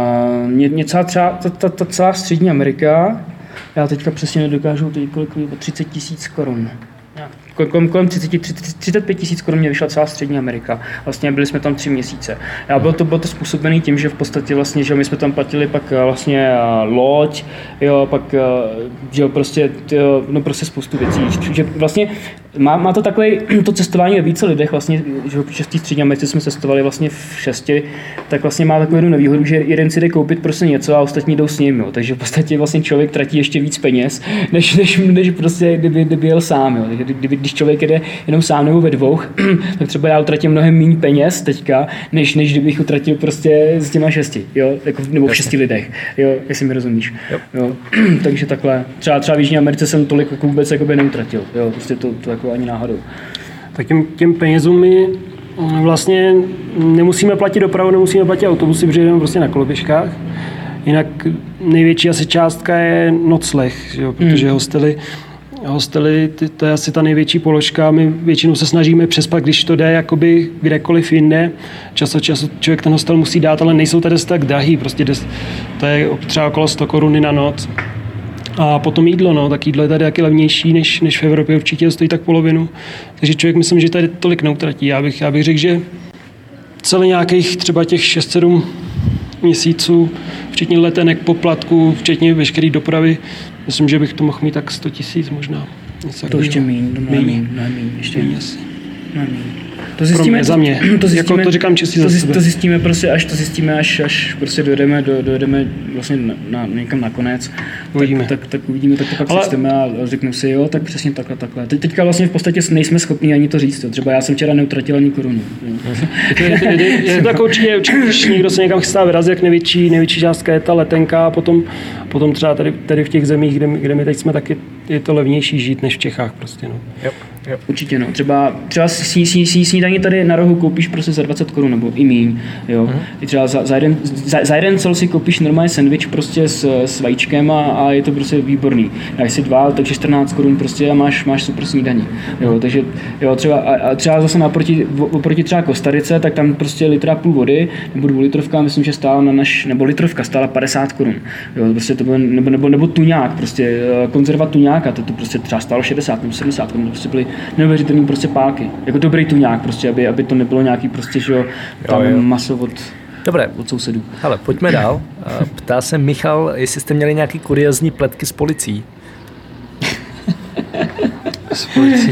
ta celá Střední Amerika, já teďka přesně nedokážu, kolik 30 000 korun. Kolem 35 000 korun mě vyšla celá Střední Amerika. Vlastně byli jsme tam 3 měsíce. Bylo to způsobené tím, že v podstatě vlastně, že my jsme tam platili pak vlastně loď, jo, pak že prostě spoustu věcí. Že vlastně má to takové to cestování ve více lidech, vlastně, že v 6. Střední Americe jsme cestovali vlastně v 6, tak vlastně má takovou jednu nevýhodu, že jeden si jde koupit prostě něco a ostatní jdou s ním, jo. Takže v podstatě vlastně člověk tratí ještě víc peněz, než prostě kdyby jel sám, jo. Když člověk jede jenom sám nebo ve dvou, tak třeba já utratím mnohem méně peněz teďka, než kdybych utratil prostě s těma 6, jo, jako, nebo v 6 lidech, jo, jestli mi rozumíš. Jo. Takže takhle. Třeba v Jižní Americe jsem tolik jako vůbec jakoby neutratil, jo, prostě to jako ani náhodou. Tak těm penězům my vlastně nemusíme platit dopravu, nemusíme platit autobusy, protože jdeme prostě na koloběžkách. Jinak největší asi částka je nocleh, jo, protože hostely, to je asi ta největší položka. My většinou se snažíme přespat, když to jde jakoby kdekoliv jinde. Čas od času člověk ten hostel musí dát, ale nejsou tady tak drahý. Prostě to je třeba okolo 100 koruny na noc. A potom jídlo, no, tak jídlo je tady taky levnější než v Evropě, určitě stojí tak polovinu. Takže člověk myslím, že tady tolik neutratí. Já bych řekl, že celý nějakých třeba těch 6-7 měsíců, včetně letenek, poplatků, včetně veškeré dopravy, myslím, že bych to mohl mít tak 100 000 možná. To ještě méně, ještě méně. To zjistíme, za mě. To říkám čistě za sebe. To zjistíme prostě, až prostě dojedeme vlastně někam na konec. Tak uvidíme, tak to pak přečteme a řeknu si, jo, tak přesně takhle. Teďka vlastně v podstatě nejsme schopni ani to říct. Jo. Třeba já jsem včera neutratil ani korunu. Je to tak určitě, když někdo se někam chystá vyrazit, jak největší částka je ta letenka a potom třeba tady v těch zemích, kde my teď jsme, tak je to levnější žít než v Čechách prostě. No. Jo. Určitě no. Třeba snídaní tady na rohu koupíš prostě za 20 Kč nebo i míň, jo. Třeba za jeden cel si koupíš normální sendvič prostě s vajíčkem a je to prostě výborný. Dáš si 2, takže 14 Kč prostě a máš super snídaní. Jo, takže jo, třeba zase oproti třeba Kostarice, tak tam prostě litra půl vody, nebo 2 litrovka, myslím, že stála nebo litrovka stála 50 Kč. Jo, prostě to bylo, nebo tuňák, prostě konzerva tuňáka, to prostě třeba stálo 60 nebo 70 Kč, to prostě byly neuvěřitelný prostě páky. Jako dobrý tuňák prostě, aby to nebylo nějaký prostě, že jo, tam maso od sousedů. Hele, pojďme dál. Ptá se Michal, jestli jste měli nějaký kuriózní pletky s policií. S policií.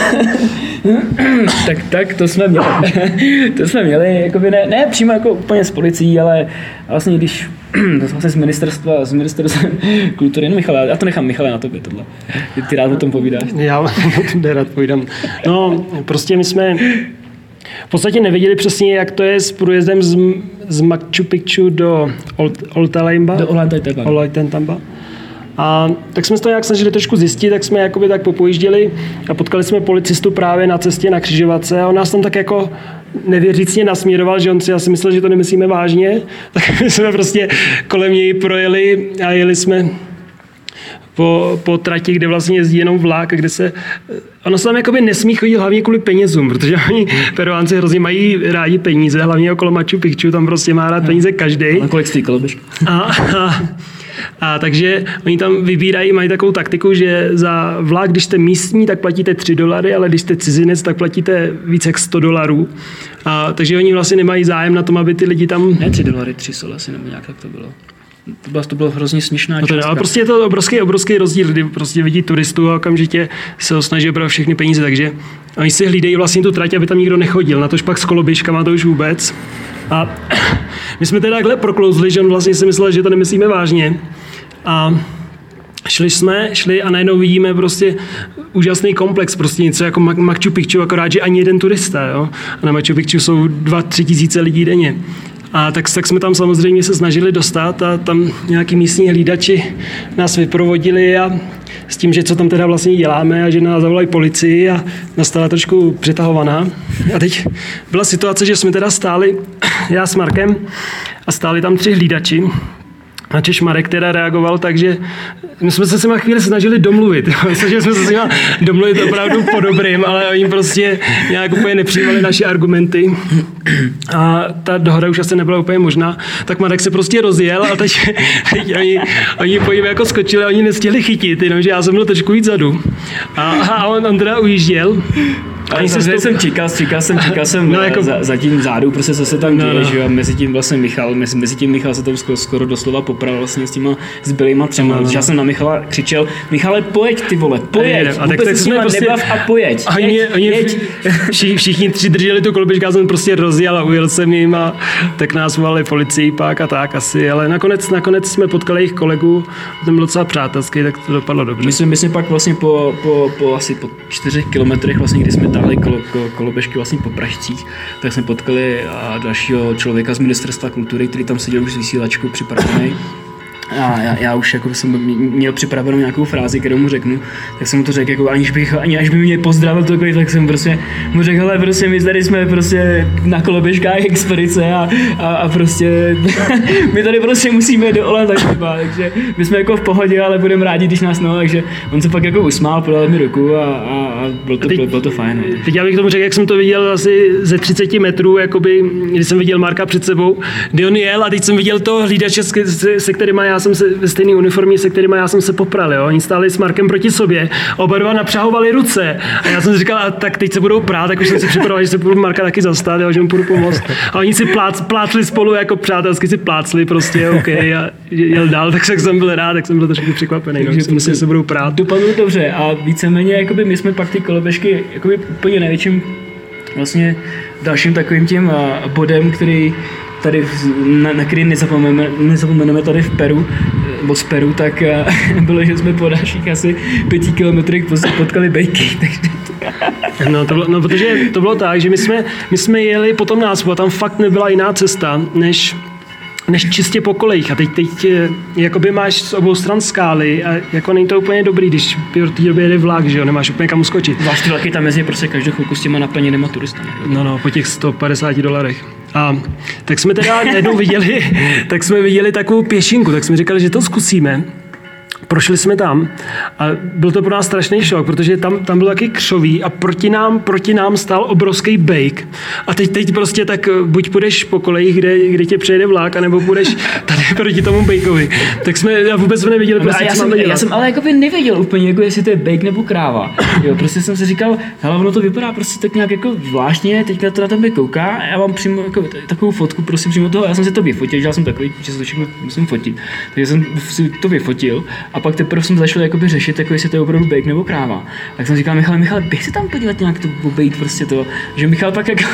tak to jsme měli. To jsme měli, jakoby ne přímo jako úplně s policií, ale vlastně když vlastně z ministerstva kultury, no Michale, já to nechám Michale na tobě tohle. Ty rád o tom povídáš. Já o tom rád povídám. No, prostě my jsme v podstatě nevěděli přesně, jak to je s průjezdem z Machu Picchu do Ollantaytamba. A tak jsme se to nějak snažili trošku zjistit, tak jsme jakoby tak popojížděli a potkali jsme policistu právě na cestě na křižovatce a on nás tam tak jako nevěřícně nasměroval, že on si asi myslel, že to nemyslíme vážně, tak my jsme prostě kolem něj projeli a jeli jsme po trati, kde vlastně jezdí jenom vlak, kde se... Ono se tam jakoby nesmí chodit hlavně kvůli penězům, protože oni Peruánci hrozně mají rádi peníze, hlavně okolo Machu Picchu, tam prostě má rád peníze každej. A kolik stojí koloběžka? A takže oni tam vybírají, mají takovou taktiku, že za vlak, když jste místní, tak platíte $3, ale když jste cizinec, tak platíte více jak $100. Takže oni vlastně nemají zájem na tom, aby ty lidi tam... Ne $3, 3 sol asi, nebo nějak tak to bylo. To bylo hrozně směšná částka. Ale prostě je to obrovský rozdíl, kdy prostě vidí turistů a okamžitě se ho snaží brát všechny peníze, takže oni si hlídají vlastně tu trať, aby tam nikdo nechodil, na tož pak s koloběžkama to už vůbec. A my jsme teda takhle proklouzli, že on vlastně si myslel, že to nemyslíme vážně. A šli a najednou vidíme prostě úžasný komplex, prostě něco jako Machu Picchu, akorát, že ani jeden turista, jo. A na Machu Picchu jsou 2-3 tisíce lidí denně. A tak jsme tam samozřejmě se snažili dostat a tam nějaký místní hlídači nás vyprovodili a s tím, že co tam teda vlastně děláme a že nás zavolají policii a nastala trošku přetahovaná. A teď byla situace, že jsme teda stáli, já s Markem, a stáli tam 3 hlídači. A Češ Marek teda reagoval tak, že my jsme se s nima chvíli snažili domluvit. Snažili jsme se s nima domluvit opravdu po dobrým, ale oni prostě nějak úplně nepřijímali naše argumenty. A ta dohoda už asi nebyla úplně možná. Tak Marek se prostě rozjel a teď oni po jim jako skočili a oni nestihli chytit, jenomže já jsem byl trošku víc zadu. A on teda ujížděl. Ani jsem čekal jsem no, jako... za tím zádu, prostě co se tam děje, že jo, mezi tím vlastně Michal se tam skoro doslova popral vlastně s těma zbylýma 3. Já jsem na Michala křičel, Michale, pojď ty vole, pojď, a tak se s nima prostě... nebav a pojeď. A všichni 3 drželi tu koloběžku, já jsem prostě rozjel a ujel jsem jim a tak nás volali policii pak a tak asi, ale nakonec jsme potkali jejich kolegu, ten byl docela přátelský, tak to dopadlo dobře. My jsme pak vlastně po 4 kilometrech vlastně, kdy jsme táhli koloběžky vlastně po Pražcích, tak jsme potkali dalšího člověka z ministerstva kultury, který tam seděl už s vysílačkou připravený. A já už jako jsem měl připravenou nějakou frázi, kterou mu řeknu, tak jsem mu to řekl, jako aniž by mě pozdravil takový, tak jsem prostě mu řekl, hele, prostě my tady jsme prostě na koloběžkách expedice a prostě my tady prostě musíme do Ollantaytamba, takže my jsme jako v pohodě, ale budeme rádi, když nás takže on se pak jako usmál, podal mi ruku a bylo to fajn. Teď já bych tomu řekl, jak jsem to viděl asi ze 30 metrů, jakoby, když jsem viděl Marka před sebou, kdy on jel a teď jsem viděl toho hlídače, se kterýma já jsem se ve stejné uniformě, se kterýma já jsem se popral, jo. Oni stáli s Markem proti sobě, oba dva napřahovali ruce a já jsem si říkal, tak teď se budou prát, tak už jsem si připravoval, že se budu Marka taky zastat, jo, že mu půjdu pomoct. A oni si plácli spolu jako přátelsky si plácli prostě, OK, a jel dál, tak jsem byl rád, tak jsem byl trošku překvapený, takže jsem myslel, že se budou prát. Dopadlo dobře a víceméně jakoby my jsme pak ty koloběžky jakoby úplně největším vlastně dalším takovým tím bodem, který tady, na který nezapomeneme tady v Peru, nebo z Peru, tak bylo, že jsme po dalších asi 5 kilometrech potkali bejky. No, protože to bylo tak, že my jsme jeli po tom náspu a tam fakt nebyla jiná cesta, než než čistě po kolejích. A teď jakoby máš z obou stran skály a jako není to úplně dobrý, když v té době jede vlak, že jo, nemáš úplně kam uskočit. Zvlášť ty vlaky tam jezdí prostě každou chvilku s těma naplněnýma turistami. No, po těch $150. A tak jsme teda jednou viděli takovou pěšinku, tak jsme říkali, že to zkusíme. Prošli jsme tam a byl to pro nás strašný šok, protože tam byl taky křoví a proti nám stál obrovský bejk. A teď prostě tak buď půjdeš po kolejích, kde tě přejede vlak, anebo půjdeš tady proti tomu bejkovi. Tak já vůbec jsme nevěděli, prostě, já jsem ale jakoby nevěděl úplně, jako jestli to je bejk nebo kráva. Jo, prostě jsem si říkal, hele, ono to vypadá prostě tak nějak jako zvláštně, teďka to na tebe kouká a já mám přímo jako takovou fotku prostě přímo toho, já jsem si to vyfotil, že já jsem takový, že se to všechno musím fotit. Takže jsem si to vyfotil. A pak teprve jsem začal jakoby řešit, jako jestli to je opravdu bejk nebo kráva. Tak jsem říkal, Michale, běž se tam podívat nějak to obejít prostě to, že Michal pak jako...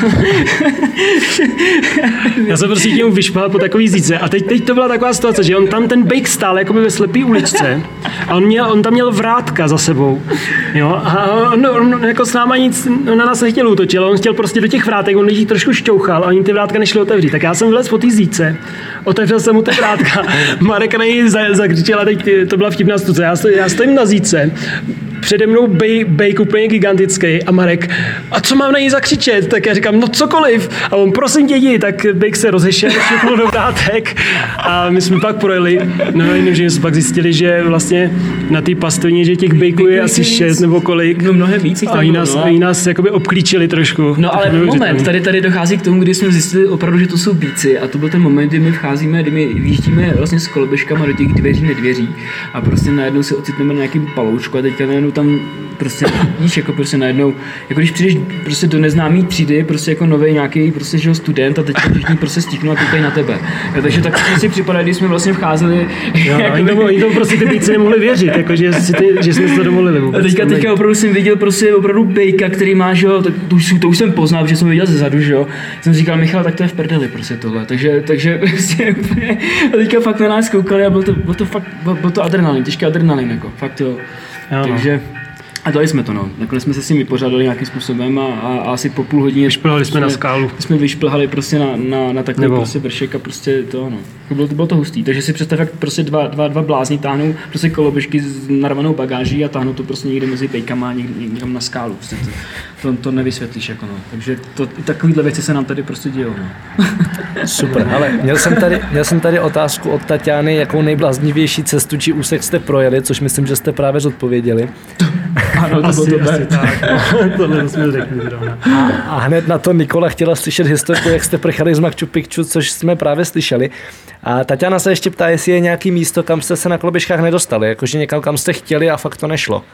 Já jsem prostě tím vyšpal po takový zíce a teď to byla taková situace, že on tam ten bejk stál jakoby ve slepý uličce a on tam měl vrátka za sebou. Jo? A on jako s náma nic, on na nás nechtěl útočit, ale on chtěl prostě do těch vrátek, on lidí trošku šťouchal a oni ty vrátka nešli otevřít. Tak já jsem vylez po té zíce, otevřel jsem mu ty vrátka, Marek na něj zakřičel a teď to byla vtipná situace. Já stojím na zíce, přede mnou bejk úplně gigantický a Marek, a co mám na něj zakřičet? Tak já říkám, no cokoliv. A on, prosím tě, jdi. Tak bejk se rozešel, šupnul do vrátek a my jsme pak projeli. No jiným, že jsme pak zjistili, že vlastně na té pastvině, že těch bejků je asi 6 nebo kolik. No mnohem víc. A oni nás jakoby obklíčili trošku. No ale moment, tady dochází k tomu, kdy jsme zjistili opravdu, že to jsou bíci a to byl ten moment, kdy my vcházíme, kdy my vyjíždíme vlastně s koloběžkama do těch dveří, nedvěří a prostě najednou se ocitneme na nějakým paloučku a teďka najednou tam prostě víš, jako prostě najednou, jako když přijdeš prostě do neznámý třídy, prostě jako nový nějaký prostě že student a teď všichni prostě stíknou a koukají na tebe. Ja, takže tak si připadá, když jsme vlastně vcházeli. Jo, jako, oni to prostě ty bíci nemohli věřit, jako, že jsme se to dovolili. Vůbec, a teďka opravdu jsem viděl prostě opravdu bejka, který má, že jo, to už jsem poznal, protože jsem viděl zezadu, že jo. Jsem říkal, Michal, tak to je v prdeli prostě tohle. Takže prostě úplně, a teďka fakt na nás koukali a byl to adrenalin, těžký adrenalin, jako fakt jo. Takže a dali jsme to, no. Nakonec jsme se s tím vypořádali nějakým způsobem a asi po půl hodině vyšplhali jsme na skálu. Jsme vyšplhali prostě na takový prostě vršek a prostě to, no. Bylo to hustý. Takže si představ, jak prostě dva blázni táhnou prostě koloběžky s narvanou bagáží a táhnou to prostě někde mezi pejkama, někam na skálu. Prostě to nevysvětlíš, jako no. Takže takovýhle věci se nám tady prostě dějou, no. Super, ale měl jsem tady otázku od Tatiany, jakou nejbláznivější cestu či úsek jste projeli, což myslím, že jste právě zodpověděli. Ano, to asi tak. Tohle jsme řekli. A hned na to Nikola chtěla slyšet historku, jak jste prchali z Machu Picchu, což jsme právě slyšeli. A Tatiana se ještě ptá, jestli je nějaký místo, kam jste se na koloběžkách nedostali, jakože někam, kam jste chtěli a fakt to nešlo.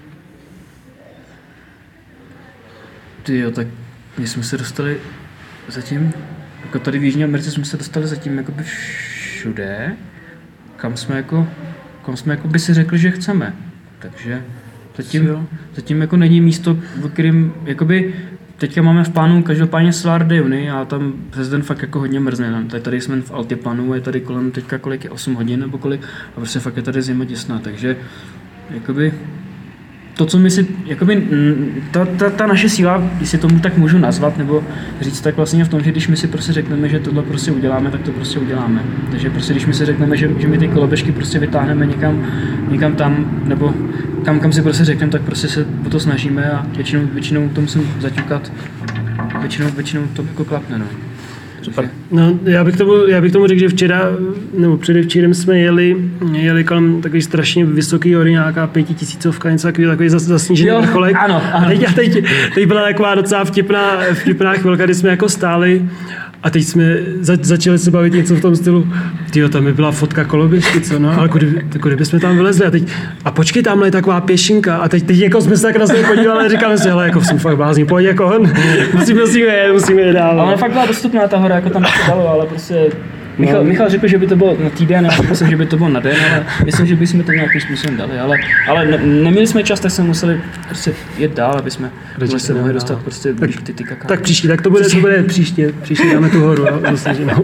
Tyjo, tak my jsme se dostali zatím, jako tady v Jižní Americe jsme se dostali zatím jakoby všude, kam jsme jako by si řekli, že chceme. Takže zatím jako není místo, v kterém jakoby teďka máme v plánu každopádně Salar de Uyuni a tam přes den fakt jako hodně mrzne. Tady jsme v Altiplanu, je tady kolem teďka kolik je 8 hodin nebo kolik a prostě fakt je tady zima děsná, takže jakoby to, co my si, jakoby, ta naše síla, jestli tomu tak můžu nazvat, nebo říct, tak vlastně v tom, že když my si prostě řekneme, že tohle prostě uděláme, tak to prostě uděláme. Takže prostě když my si řekneme, že my ty koloběžky prostě vytáhneme někam tam, nebo kam si prostě řekneme, tak prostě se o to snažíme a většinou to musím zaťukat. Většinou to jako klapne, no. Super. No, já bych tomu řekl, že včera, nebo předevčírem jsme jeli kolem takový strašně vysoký hory, nějaká 5000, něco takový zasnížený vrcholek. Ano. A teď byla taková docela vtipná chvilka, kdy jsme jako stáli a teď jsme začali se bavit něco v tom stylu, tyjo, tam by byla fotka koloběžky, co no, ale kudy bychom tam vylezli a počkej, tamhle je taková pěšinka a teď jako jsme se tak na sebe podívali a říkáme si, hele, jako jsem fakt blázní, pojď jako musíme jít dál. Ale fakt byla dostupná ta hora, jako tam se dalo, ale prostě Michal řekl, že by to bylo na týden, já myslím, že by to bylo na den, ale myslím, že bychom to nějakým způsobem dali, ale neměli jsme čas, tak jsme museli prostě jet dál, aby jsme se mohli dostat prostě blíž k ty kaká. Tak příští, tak to bude příště dáme tu horu a dosaženou.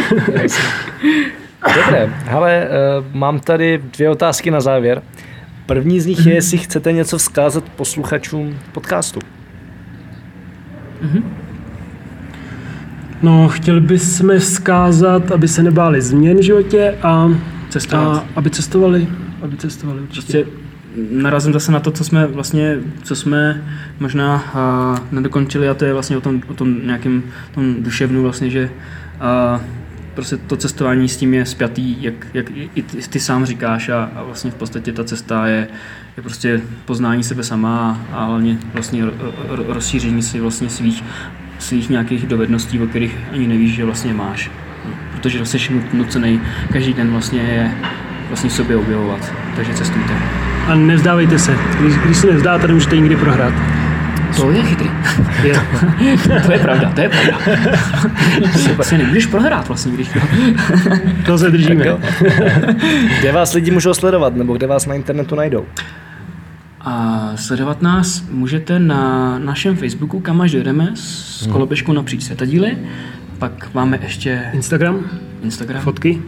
Dobré, hele, mám tady 2 otázky na závěr. První z nich je, jestli chcete něco vzkázat posluchačům podcastu. No, chtěli bychom vzkázat, aby se nebáli změn v životě a aby cestovali určitě. Prostě narazím zase na to, co jsme možná nedokončili, a to je vlastně o tom nějakém tom duševnu vlastně, že prostě to cestování s tím je spjatý, jak i ty sám říkáš, a vlastně v podstatě ta cesta je prostě poznání sebe sama a hlavně vlastně rozšíření si vlastně svých nějakých dovedností, o kterých ani nevíš, že vlastně máš. Protože jsi nucený každý den vlastně je vlastně v sobě objevovat, takže cestujte. A nevzdávejte se. Když se nevzdáte, nemůžete nikdy prohrát. To je chytrý. To je pravda. Vlastně nemůžeš prohrát vlastně, když to se držíme. Kde vás lidi můžou sledovat, nebo kde vás na internetu najdou? A sledovat nás můžete na našem Facebooku, kam až dojdeme, s koloběžkou napříč světadíly. Pak máme ještě Instagram. Fotky.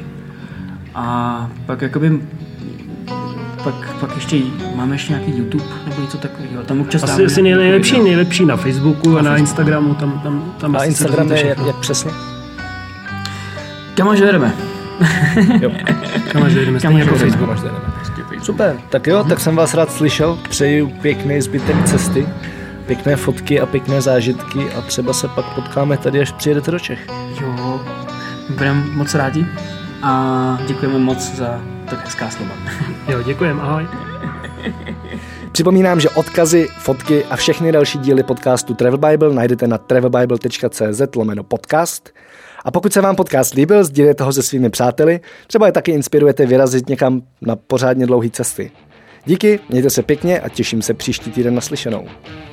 A pak jakoby pak ještě máme ještě nějaký YouTube nebo něco takového. Tam občas asi nejlepší na Facebooku a na Instagramu. Tam a Instagram je jak přesně? Kam až dojedeme. Kam až dojedeme. Kam jako Facebook. Super, tak jo, tak jsem vás rád slyšel. Přeju pěkný zbytek cesty, pěkné fotky a pěkné zážitky a třeba se pak potkáme tady, až přijedete do Čech. Jo, budeme moc rádi a děkujeme moc za tak hezká slova. Jo, děkujeme, ahoj. Připomínám, že odkazy, fotky a všechny další díly podcastu Travel Bible najdete na travelbible.cz/podcast. A pokud se vám podcast líbil, sdílejte ho se svými přáteli, třeba je taky inspirujete vyrazit někam na pořádně dlouhé cesty. Díky, mějte se pěkně a těším se příští týden naslyšenou.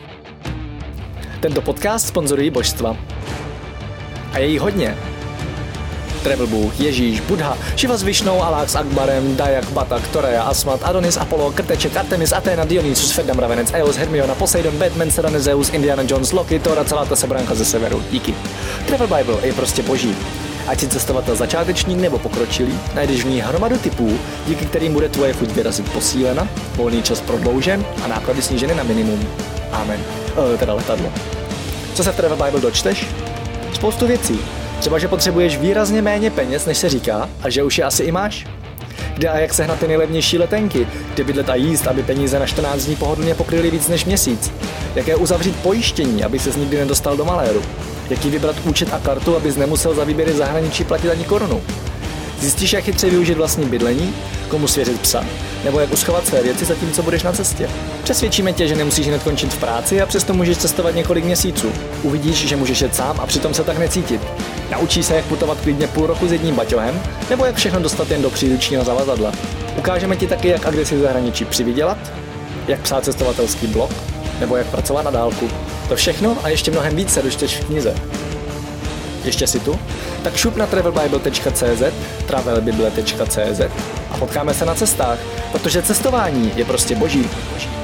Tento podcast sponzorují božstva. A je jí hodně. Travel Bůh, Ježíš, Buddha, Šiva s Višnou, Alák s Akbarem, Dajak, Batak, Toreja, Asmat, Adonis, Apollo, Krteček, Artemis, Athena, Dionysus, Ferdam, Ravenec, Eos, Hermiona, Poseidon, Batman, Serena, Zeus, Indiana Jones, Loki, Thor a celá ta sebranka ze severu. Díky. Travel Bible je prostě boží. Ať si cestovatel začátečník nebo pokročilý, najdeš v ní hromadu typů, díky kterým bude tvoje chuť vyrazit posílena, volný čas prodloužen a náklady sníženy na minimum. Amen. Teda letadlo. Co se v Travel Bible dočteš? Spoustu věcí. Třeba, že potřebuješ výrazně méně peněz, než se říká, a že už je asi i máš. Kde a jak sehnat ty nejlevnější letenky, kde bydlet a jíst, aby peníze na 14 dní pohodlně pokryly víc než měsíc. Jaké uzavřít pojištění, aby ses nikdy nedostal do maléru. Jaký vybrat účet a kartu, abys nemusel za výběry zahraničí platit ani korunu. Zjistíš, jak chytře využít vlastní bydlení, komu svěřit psa, nebo jak uschovat své věci zatímco budeš na cestě. Přesvědčíme tě, že nemusíš hned končit v práci a přesto můžeš cestovat několik měsíců. Uvidíš, že můžeš jet sám a přitom se tak necítit. Naučíš se, jak putovat klidně půl roku s jedním baťohem, nebo jak všechno dostat jen do příručního zavazadla. Ukážeme ti taky, jak a kde si v zahraničí přivydělat, jak psát cestovatelský blog, nebo jak pracovat na dálku. To všechno a ještě mnohem víc se dočteš v knize. Ještě si tu? Tak šup na travelbible.cz, travelbible.cz a potkáme se na cestách, protože cestování je prostě boží.